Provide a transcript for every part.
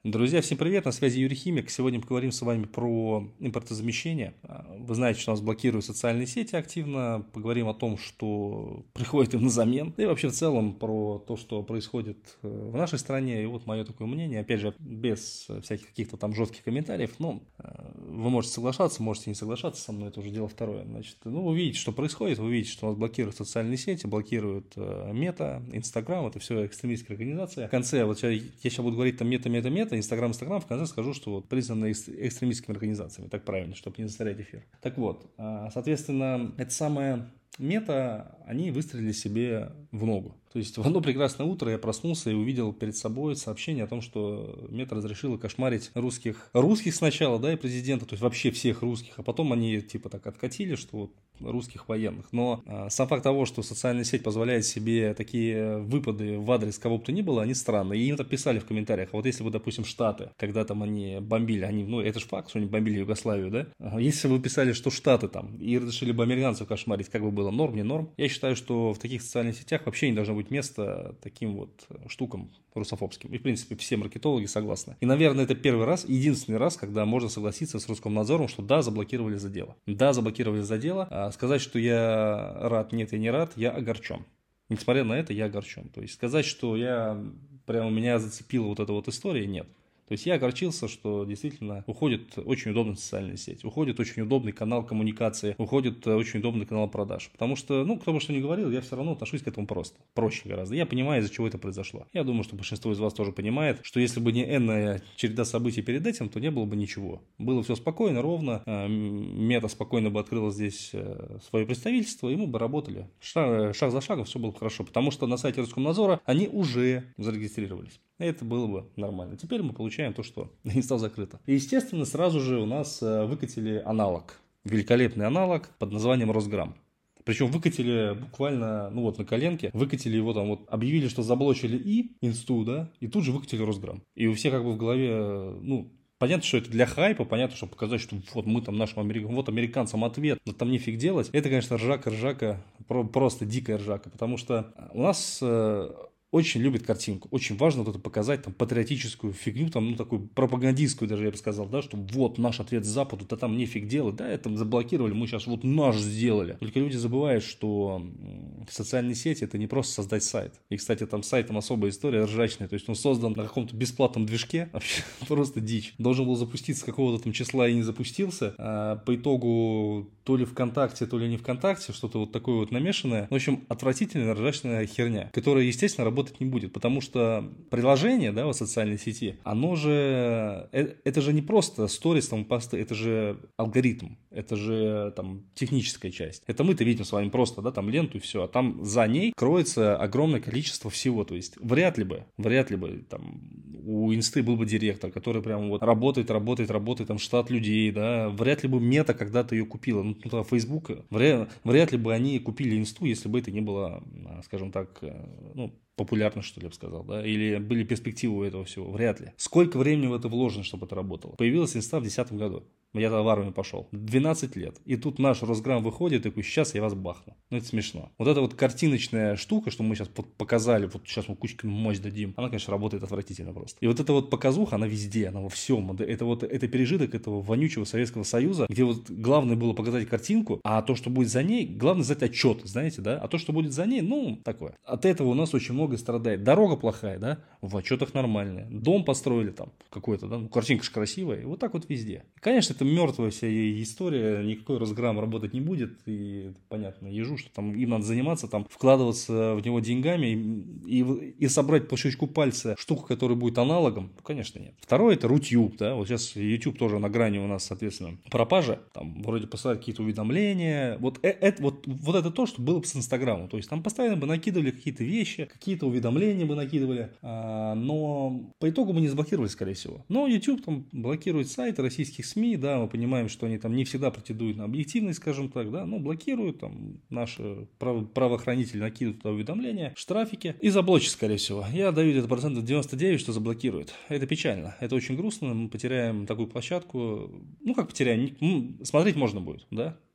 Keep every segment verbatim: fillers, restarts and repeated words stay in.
Друзья, всем привет, на связи Юрий Химик. Сегодня поговорим с вами про импортозамещение. Вы знаете, что у нас блокируют социальные сети активно. Поговорим о том, что приходит им на замен. И вообще в целом про то, что происходит в нашей стране. И вот мое такое мнение, опять же, без всяких каких-то там жестких комментариев. Но вы можете соглашаться, можете не соглашаться со мной, это уже дело второе. Значит, ну, вы видите, что происходит, вы видите, что у нас блокируют социальные сети, блокируют Мета, Инстаграм, это все экстремистская организация. В конце, вот я, я сейчас буду говорить там Мета, Мета, Мета, Инстаграм, Инстаграм, в конце скажу, что вот признаны экстремистскими организациями, так правильно, чтобы не засорять эфир. Так вот, соответственно, это самое Мета, они выстрелили себе в ногу. То есть в одно прекрасное утро я проснулся и увидел перед собой сообщение о том, что Мета разрешила кошмарить русских, русских сначала, да, и президента, то есть вообще всех русских, а потом они типа так откатили, что вот русских военных. Но а, сам факт того, что социальная сеть позволяет себе такие выпады в адрес кого бы то ни было, они странные. И им это писали в комментариях. А вот если бы, допустим, Штаты, когда там они бомбили, они, ну это же факт, что они бомбили Югославию, да? Ага. Если бы вы писали, что Штаты там, и разрешили бы американцев кошмарить, как бы было норм, не норм? Я считаю, что в таких социальных сетях вообще не должно быть места таким вот штукам русофобским. И, в принципе, все маркетологи согласны. И, наверное, это первый раз, единственный раз, когда можно согласиться с Роскомнадзором, что да, заблокировали за дело. Да, заблокировали за дело. А сказать, что я рад, нет, я не рад, я огорчен. Несмотря на это, я огорчен. То есть сказать, что я прямо меня зацепила вот эта вот история, нет. То есть я огорчился, что действительно уходит очень удобная социальная сеть, уходит очень удобный канал коммуникации, уходит очень удобный канал продаж. Потому что, ну, кто бы что ни говорил, я все равно отношусь к этому просто. Проще гораздо. Я понимаю, из-за чего это произошло. Я думаю, что большинство из вас тоже понимает, что если бы не энная череда событий перед этим, то не было бы ничего. Было все спокойно, ровно. Мета спокойно бы открыла здесь свое представительство, и мы бы работали. Шаг, шаг за шагом все было хорошо. Потому что на сайте Роскомнадзора они уже зарегистрировались. Это было бы нормально. Теперь мы получаем то, что инста закрыто. И, естественно, сразу же у нас выкатили аналог. Великолепный аналог под названием Росграм. Причем выкатили буквально, ну вот на коленке, выкатили его там, вот объявили, что заблочили и инсту, да, и тут же выкатили Росграм. И у всех как бы в голове, ну, понятно, что это для хайпа, понятно, чтобы показать, что вот мы там нашим американцам, вот американцам ответ, но там нифиг делать. Это, конечно, ржака-ржака, просто дикая ржака, потому что у нас очень любит картинку. Очень важно вот это показать, там, патриотическую фигню, там, ну, такую пропагандистскую даже, я бы сказал, да, что вот наш ответ Западу, да там нефиг делать, да, это заблокировали, мы сейчас вот наш сделали. Только люди забывают, что социальные сети это не просто создать сайт. И, кстати, там с сайтом особая история, ржачная, то есть он создан на каком-то бесплатном движке, вообще просто дичь. Должен был запуститься с какого-то там числа и не запустился. А по итогу то ли ВКонтакте, то ли не ВКонтакте, что-то вот такое вот намешанное. В общем, отвратительная ржачная херня, которая, естественно, работает не будет, потому что приложение, да, в социальной сети, оно же, это же не просто сторис, там, посты, это же алгоритм, это же там техническая часть. Это мы-то видим с вами просто, да, там ленту и все, а там за ней кроется огромное количество всего, то есть вряд ли бы, вряд ли бы там у инсты был бы директор, который прям вот работает, работает, работает, там штат людей, да, вряд ли бы Мета когда-то ее купила, ну, туда Facebook, вряд, вряд ли бы они купили инсту, если бы это не было, скажем так, ну, популярно, что ли, я бы сказал, да, или были перспективы у этого всего, вряд ли. Сколько времени в это вложено, чтобы это работало? Появилась инста в две тысячи десятом году. Я тогда в армию пошел. двенадцать лет. И тут наш Росграм выходит, такой, сейчас я вас бахну. Ну, это смешно. Вот эта вот картиночная штука, что мы сейчас показали, вот сейчас мы кучку мощь дадим, она, конечно, работает отвратительно просто. И вот эта вот показуха, она везде, она во всем. Это вот, это пережиток этого вонючего Советского Союза, где вот главное было показать картинку, а то, что будет за ней, главное сдать отчет, знаете, да? А то, что будет за ней, ну, такое. От этого у нас очень много страдает. Дорога плохая, да? В отчетах нормальная. Дом построили там какой-то, да? Ну, картинка же красивая. И вот так вот везде. И, конечно, это мертвая вся история, никакой Росграм работать не будет, и понятно, ежу, что там им надо заниматься, там вкладываться в него деньгами и, и, и собрать по щелчку пальца штуку, которая будет аналогом, ну, конечно, нет. Второе, это Рутюб, да, вот сейчас YouTube тоже на грани у нас, соответственно, пропажа, там вроде посылают какие-то уведомления, вот, э, э, вот, вот это то, что было бы с Инстаграмом, то есть там постоянно бы накидывали какие-то вещи, какие-то уведомления бы накидывали, а, но по итогу мы не заблокировали, скорее всего. Но YouTube там блокирует сайты российских СМИ, да, мы понимаем, что они там не всегда претендуют на объективность, скажем так, да, но блокируют, там наши право- правоохранители накидывают туда уведомления, штрафики и заблочат, скорее всего. Я даю где-то процентов девяносто девять, что заблокируют. Это печально, это очень грустно, мы потеряем такую площадку, ну как потеряем, смотреть можно будет, да.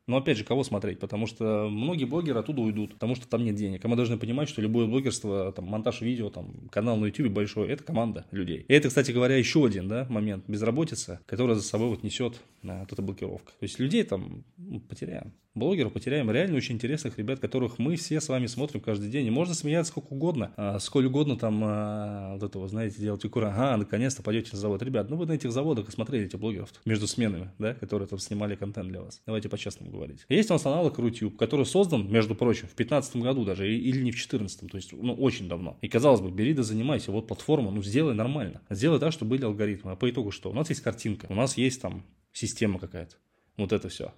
Но опять же, кого смотреть? Потому что многие блогеры оттуда уйдут, потому что там нет денег. А мы должны понимать, что любое блогерство, там, монтаж видео, там, канал на YouTube большой, это команда людей. И это, кстати говоря, еще один, да, момент безработицы, который за собой вот несет а, вот эта блокировка. То есть людей там ну, потеряем. Блогеров потеряем, реально очень интересных ребят, которых мы все с вами смотрим каждый день. И можно смеяться сколько угодно, а, сколь угодно там а, вот этого, знаете, делать икура. Ага, наконец-то пойдете на завод. Ребят, ну вы на этих заводах и смотрели этих блогеров между сменами, да, которые там снимали контент для вас. Давайте по-честному говорить. Есть у нас аналог Рутюб, который создан, между прочим, в пятнадцатом году даже, или не в четырнадцатом, то есть, ну, очень давно. И казалось бы, бери да занимайся, вот платформа, ну, сделай нормально. Сделай так, чтобы были алгоритмы. А по итогу что? У нас есть картинка, у нас есть там система какая-то. Вот это все.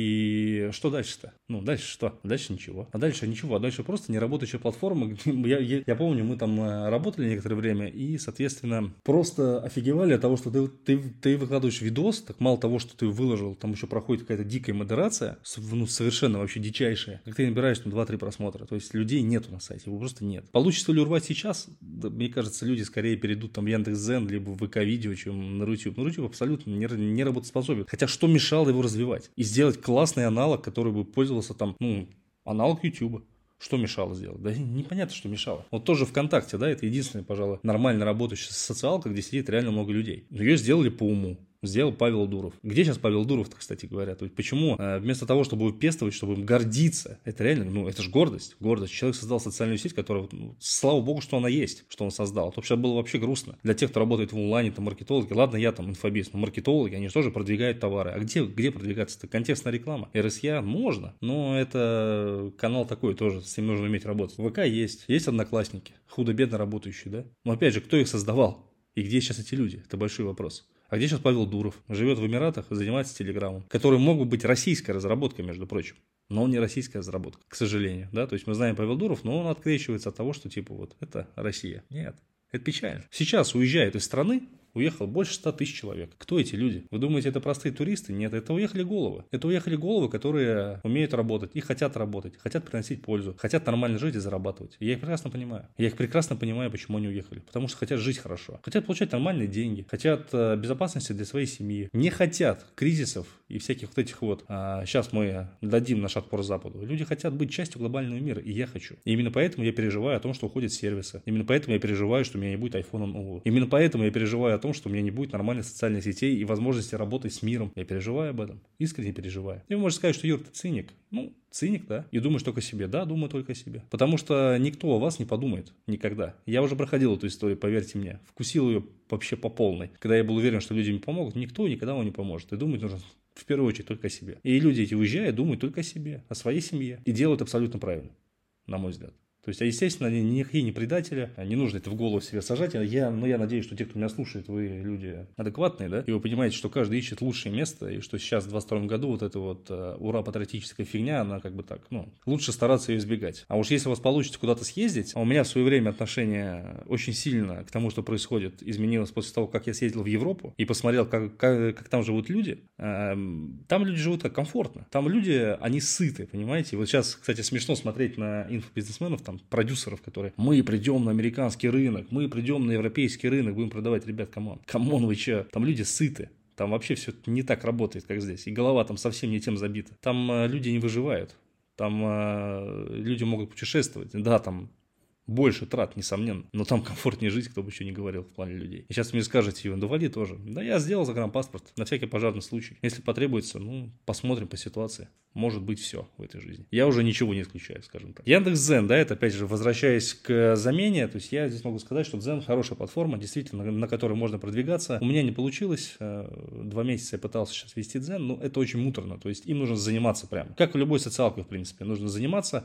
И что дальше-то? Ну, дальше что? Дальше ничего. А дальше ничего. А дальше просто неработающая платформа. Я, я, я помню, мы там работали некоторое время и, соответственно, просто офигевали от того, что ты, ты, ты выкладываешь видос, так мало того, что ты выложил, там еще проходит какая-то дикая модерация, ну, совершенно вообще дичайшая. Как ты набираешь там два-три просмотра. То есть людей нету на сайте, его просто нет. Получится ли урвать сейчас? Да, мне кажется, люди скорее перейдут там в Яндекс.Зен, либо в ВК-видео, чем на Рутюб. Но Рутюб абсолютно не, не работоспособен. Хотя что мешало его развивать? развивать и сделать классный аналог, который бы пользовался там, ну, аналог Ютуба. Что мешало сделать? Да непонятно, что мешало. Вот тоже ВКонтакте, да, это единственная, пожалуй, нормально работающая социалка, где сидит реально много людей. Но ее сделали по уму. Сделал Павел Дуров. Где сейчас Павел Дуров-то, кстати говоря? То есть почему вместо того, чтобы его пестовать, чтобы им гордиться, это реально, ну, это же гордость, гордость. Человек создал социальную сеть, которая, ну, слава богу, что она есть, что он создал. То сейчас было вообще грустно. Для тех, кто работает в онлайне, там, маркетологи, ладно, я там инфобиз, но маркетологи, они же тоже продвигают товары. А где, где продвигаться-то? Контекстная реклама. эр эс я можно, но это канал такой тоже, с ним нужно уметь работать. ВК есть, есть одноклассники, худо-бедно работающие, да? Но опять же, кто их создавал? И где сейчас эти люди? Это большой вопрос. А где сейчас Павел Дуров? Живет в Эмиратах, занимается Телеграмом, который мог бы быть российской разработкой, между прочим. Но он не российская разработка, к сожалению. Да? То есть мы знаем Павел Дуров, но он открещивается от того, что типа вот это Россия. Нет, это печально. Сейчас уезжает из страны, уехал больше ста тысяч человек. Кто эти люди? Вы думаете, это простые туристы? Нет, это уехали головы. Это уехали головы, которые умеют работать и хотят работать, хотят приносить пользу, хотят нормально жить и зарабатывать. И я их прекрасно понимаю. Я их прекрасно понимаю, почему они уехали. Потому что хотят жить хорошо. Хотят получать нормальные деньги. Хотят э, безопасности для своей семьи. Не хотят кризисов и всяких вот этих вот. А, сейчас мы дадим наш отпор Западу. Люди хотят быть частью глобального мира. И я хочу. И именно поэтому я переживаю о том, что уходят сервисы. Именно поэтому я переживаю, что у меня не будет айфона нового. Именно поэтому я переживаю о том, что у меня не будет нормальных социальных сетей и возможности работать с миром. Я переживаю об этом. Искренне переживаю. И вы можете сказать, что Юр, ты циник. Ну, циник, да. И думаешь только о себе. Да, думаю только о себе. Потому что никто о вас не подумает. Никогда. Я уже проходил эту историю, поверьте мне. Вкусил ее вообще по полной. Когда я был уверен, что люди мне помогут, никто никогда вам не поможет. И думать нужно в первую очередь только о себе. И люди эти, уезжая, думают только о себе, о своей семье. И делают абсолютно правильно, на мой взгляд. То есть, естественно, никакие не предатели, не нужно это в голову себе сажать. Я, но я надеюсь, что те, кто меня слушает, вы люди адекватные, да, и вы понимаете, что каждый ищет лучшее место, и что сейчас в двадцать втором году вот эта вот uh, ура-патриотическая фигня, она как бы так, ну, лучше стараться ее избегать. А уж если у вас получится куда-то съездить, а у меня в свое время отношение очень сильно к тому, что происходит, изменилось после того, как я съездил в Европу и посмотрел, как, как, как там живут люди, э, там люди живут как комфортно, там люди, они сыты, понимаете. Вот сейчас, кстати, смешно смотреть на инфобизнесменов, там, продюсеров, которые мы придем на американский рынок, мы придем на европейский рынок, будем продавать, ребят, камон, камон, вы че, там люди сыты, там вообще все не так работает, как здесь, и голова там совсем не тем забита, там э, люди не выживают, там э, люди могут путешествовать, да, там больше трат, несомненно, но там комфортнее жить, кто бы еще не говорил в плане людей. И сейчас вы мне скажете, Иван, да вали тоже. Да я сделал загранпаспорт на всякий пожарный случай. Если потребуется, ну, посмотрим по ситуации. Может быть все в этой жизни. Я уже ничего не исключаю, скажем так. Яндекс.Дзен, да, это опять же, возвращаясь к замене, то есть я здесь могу сказать, что Дзен хорошая платформа, действительно, на которой можно продвигаться. У меня не получилось, два месяца я пытался сейчас вести Дзен, но это очень муторно, то есть им нужно заниматься прямо. Как в любой социалке, в принципе, нужно заниматься.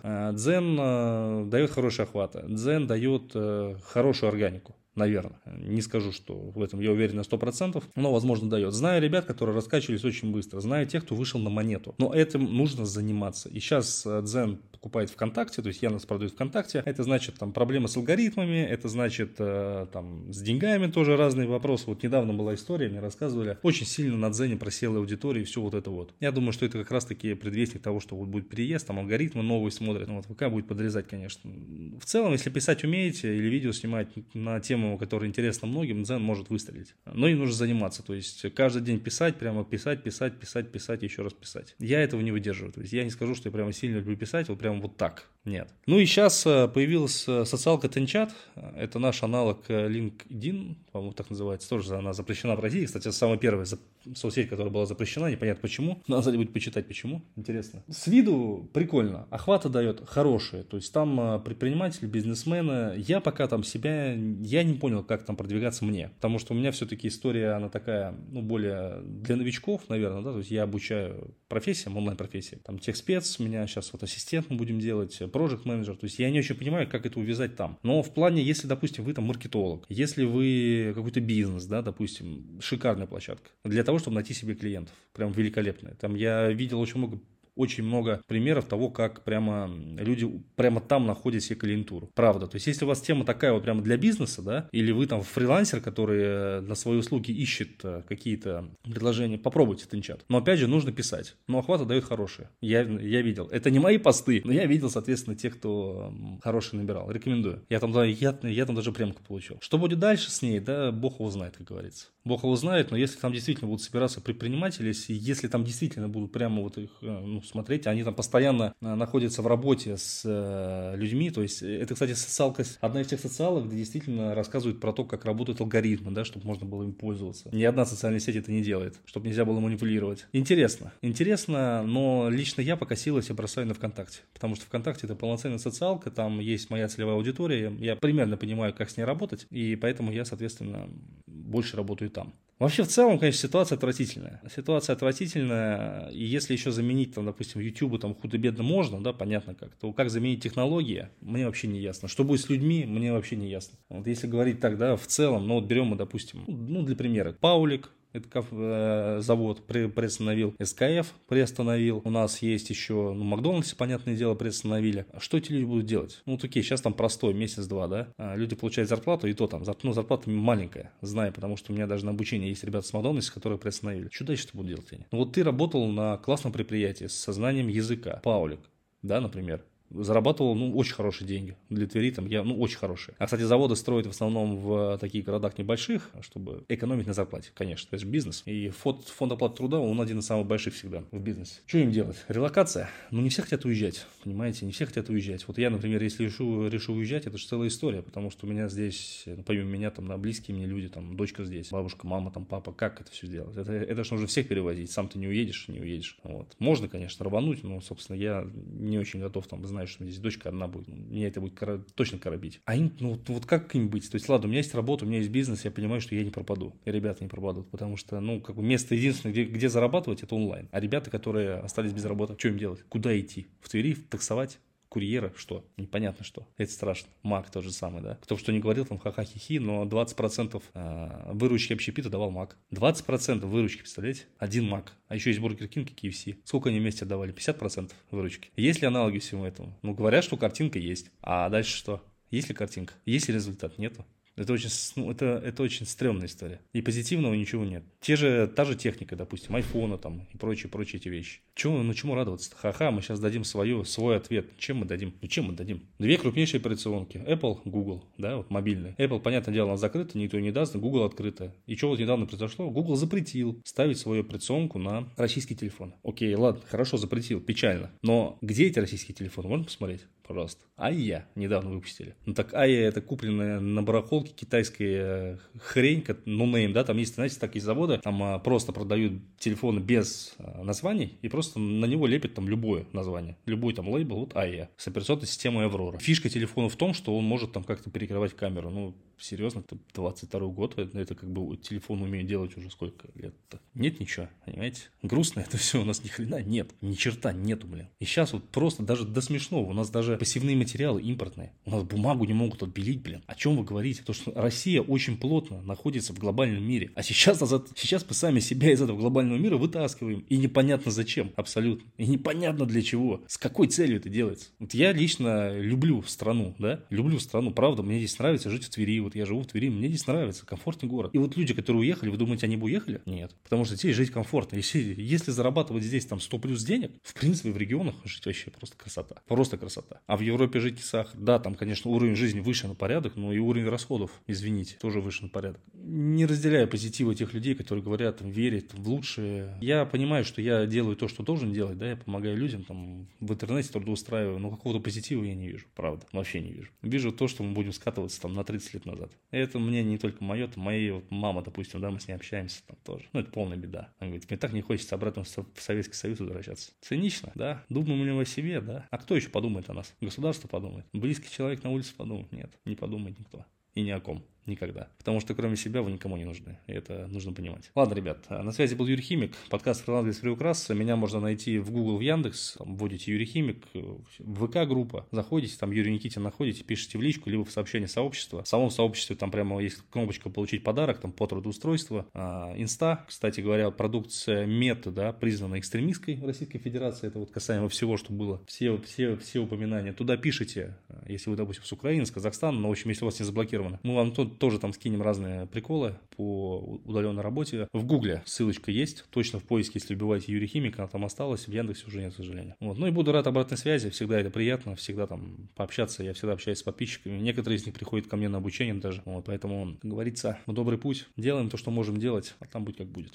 Дзен дает хороший охват. Дзен дает э, хорошую органику, наверное. Не скажу, что в этом я уверен на сто процентов, но, возможно, дает. Знаю ребят, которые раскачивались очень быстро. Знаю тех, кто вышел на монету. Но этим нужно заниматься. И сейчас Дзен покупает ВКонтакте, то есть Яндекс продает ВКонтакте. Это значит, там, проблемы с алгоритмами, это значит, э, там, с деньгами тоже разные вопросы. Вот недавно была история, мне рассказывали, очень сильно на Дзене просела аудитория и все вот это вот. Я думаю, что это как раз-таки предвестник того, что вот будет переезд, там алгоритмы новые смотрят. Ну, вот ВК будет подрезать, конечно. В целом, если писать умеете или видео снимать на тему тему, которая интересна многим, Дзен может выстрелить. Но им нужно заниматься, то есть каждый день писать, прямо писать, писать, писать, писать, еще раз писать. Я этого не выдерживаю, то есть я не скажу, что я прямо сильно люблю писать, вот прямо вот так, нет. Ну и сейчас появилась социалка Тенчат, это наш аналог LinkedIn, по-моему, так называется, тоже она запрещена в России, кстати, самая первая соцсеть, которая была запрещена, непонятно почему, надо будет почитать почему, интересно. С виду прикольно, охваты дает хорошие, то есть там предприниматели, бизнесмены, я пока там себя, я не понял, как там продвигаться мне, потому что у меня все-таки история, она такая, ну, более для новичков, наверное, да, то есть я обучаю профессиям, онлайн-профессиям, там техспец, у меня сейчас вот ассистент мы будем делать, project менеджер, то есть я не очень понимаю, как это увязать там, но в плане, если, допустим, вы там маркетолог, если вы какой-то бизнес, да, допустим, шикарная площадка, для того, чтобы найти себе клиентов, прям великолепная, там я видел очень много Очень много примеров того, как прямо люди прямо там находят себе клиентуру. Правда. То есть, если у вас тема такая вот прямо для бизнеса, да, или вы там фрилансер, который на свои услуги ищет какие-то предложения, попробуйте Тенчат. Но опять же, нужно писать. Но охваты дают хорошие. Я, я видел. Это не мои посты, но я видел, соответственно, тех, кто хороший набирал. Рекомендую. Я там, я, я там даже премку получил. Что будет дальше с ней, да, Бог его знает, как говорится. Бог его знает, но если там действительно будут собираться предприниматели, если там действительно будут прямо вот их, ну, смотреть, они там постоянно находятся в работе с э, людьми, то есть это, кстати, социалка, одна из тех социалок, где действительно рассказывают про то, как работают алгоритмы, да, чтобы можно было им пользоваться. Ни одна социальная сеть это не делает, чтобы нельзя было манипулировать. Интересно, интересно, но лично я пока силы себе бросаю на ВКонтакте, потому что ВКонтакте это полноценная социалка, там есть моя целевая аудитория, я примерно понимаю, как с ней работать, и поэтому я, соответственно, больше работаю там. Вообще, в целом, конечно, ситуация отвратительная. Ситуация отвратительная, и если еще заменить, там, допустим, YouTube там худо-бедно можно, да, понятно как, то как заменить технологии, мне вообще не ясно. Что будет с людьми, мне вообще не ясно. Вот если говорить так, да, в целом, ну вот берем мы, допустим, ну для примера, Паулик, это э, завод приостановил, эс ка эф приостановил, у нас есть еще, ну, Макдональдс, понятное дело, приостановили. А что эти люди будут делать? Ну, вот окей, сейчас там простой, месяц-два, да, а люди получают зарплату, и то там, ну, зарплата маленькая, знаю, потому что у меня даже на обучении есть ребята с Макдональдс, которые приостановили. Что дальше-то будут делать они? Ну, вот ты работал на классном предприятии с сознанием языка, Паулик, да, например. Зарабатывал, ну, очень хорошие деньги. Для Твери там, я, ну, очень хорошие. А, кстати, заводы строят в основном в таких городах небольших, чтобы экономить на зарплате, конечно. Это же бизнес. И фонд, фонд оплаты труда, он один из самых больших всегда в бизнесе. Что им делать? Релокация? Ну, не все хотят уезжать, понимаете? Не все хотят уезжать. Вот я, например, если решу, решу уезжать, это же целая история, потому что у меня здесь, ну, помимо меня, там, да, близкие мне люди, там, дочка здесь, бабушка, мама, там, папа. Как это все делать? Это, это же нужно всех перевозить. Сам ты не уедешь, не уедешь. Вот. Можно, конечно, рвануть, но, собственно, я не очень готов, там, знаю, что здесь дочка одна будет, меня это будет кора... точно коробить. А им, ну, вот как им быть? То есть, ладно, у меня есть работа, у меня есть бизнес, я понимаю, что я не пропаду, и ребята не пропадут, потому что, ну, как бы место единственное, где, где зарабатывать, это онлайн. А ребята, которые остались без работы, что им делать? Куда идти? В Твери таксовать? Курьера, что? Непонятно что. Это страшно. Мак тот же самый, да? Кто что не говорил, там ха-ха-хи-хи, но двадцать процентов выручки общепита давал Мак. двадцать процентов выручки, представляете? Один Мак. А еще есть Бургер Кинг и кей эф си. Сколько они вместе давали? пятьдесят процентов выручки. Есть ли аналоги всему этому? Ну, говорят, что картинка есть. А дальше что? Есть ли картинка? Есть ли результат? Нету. Это очень, ну, это, это очень стрёмная история. И позитивного ничего нет. Те же, та же техника, допустим, айфона там и прочие, прочие эти вещи. Чему, ну чему радоваться? Ха-ха, мы сейчас дадим свою, свой ответ. Чем мы дадим? Ну чем мы дадим? Две крупнейшие операционки. Apple, Google, да, вот мобильные. Apple, понятное дело, она закрыта, никто не даст, Google открыта. И что вот недавно произошло? Google запретил ставить свою операционку на российские телефоны. Окей, ладно, хорошо, запретил, печально. Но где эти российские телефоны? Можно посмотреть? Пожалуйста. Айя недавно выпустили. Ну так Айя это купленная на барахолке китайская хрень, нонейм, да, там есть, знаете, такие заводы, там а, просто продают телефоны без а, названий и просто на него лепят там любое название, любой там лейбл, вот Айя, с операционной системой Аврора. Фишка телефона в том, что он может там как-то перекрывать камеру, ну, серьезно, это двадцать второй год, это, это как бы телефон умеет делать уже сколько лет-то. Нет ничего, понимаете? Грустно это все, у нас ни хрена нет, ни черта нету, блин. И сейчас вот просто даже до смешного, у нас даже пассивные материалы импортные, у нас бумагу не могут отбелить, блин. О чем вы говорите? То, что Россия очень плотно находится в глобальном мире, а сейчас, назад, сейчас мы сами себя из этого глобального мира вытаскиваем, и непонятно зачем, абсолютно, и непонятно для чего, с какой целью это делается. Вот я лично люблю страну, да, люблю страну, правда, мне здесь нравится жить в Твери, вот вот я живу в Твери, мне здесь нравится, комфортный город. И вот люди, которые уехали, вы думаете, они бы уехали? Нет. Потому что здесь жить комфортно. Если, если зарабатывать здесь там сто плюс денег, в принципе, в регионах жить вообще просто красота. Просто красота. А в Европе жить не сахар. Да, там, конечно, уровень жизни выше на порядок, но и уровень расходов, извините, тоже выше на порядок. Не разделяю позитива тех людей, которые говорят, верят в лучшее. Я понимаю, что я делаю то, что должен делать, да, я помогаю людям, там, в интернете трудоустраиваю, но какого-то позитива я не вижу, правда, вообще не вижу. Вижу то, что мы будем скатываться там на тридцать лет назад. Это мне не только мое, это моя вот мама, допустим, да, мы с ней общаемся там тоже. Ну, это полная беда. Она говорит, мне так не хочется обратно в Советский Союз возвращаться. Цинично, да? Думаем ли мы о себе, да? А кто еще подумает о нас? Государство подумает. Близкий человек на улице подумает? Нет, не подумает никто. И ни о ком. Никогда. Потому что кроме себя вы никому не нужны. И это нужно понимать. Ладно, ребят, на связи был Юрий Химик, подкаст «Фриланс без приукрас». Меня можно найти в Google, в Яндекс, там, вводите Юрий Химик, в ВК-группа, заходите, там Юрий Никитин находите, пишите в личку, либо в сообщение сообщества. В самом сообществе там прямо есть кнопочка «Получить подарок», там по трудоустройству. А, инста, кстати говоря, продукция Мета, да, признана экстремистской в Российской Федерации. Это вот касаемо всего, что было. Все, все, все упоминания. Туда пишите, если вы, допустим, с Украины, с Казахстана, но, в общем, если у вас не заблокировано. Мы вам тут тоже там скинем разные приколы по удаленной работе. В Гугле ссылочка есть. Точно в поиске, если вбиваете Юрий Химик, она там осталась. В Яндексе уже нет, к сожалению. Вот. Ну и буду рад обратной связи. Всегда это приятно. Всегда там пообщаться. Я всегда общаюсь с подписчиками. Некоторые из них приходят ко мне на обучение даже. Вот. Поэтому, как говорится, в добрый путь. Делаем то, что можем делать, а там будет как будет.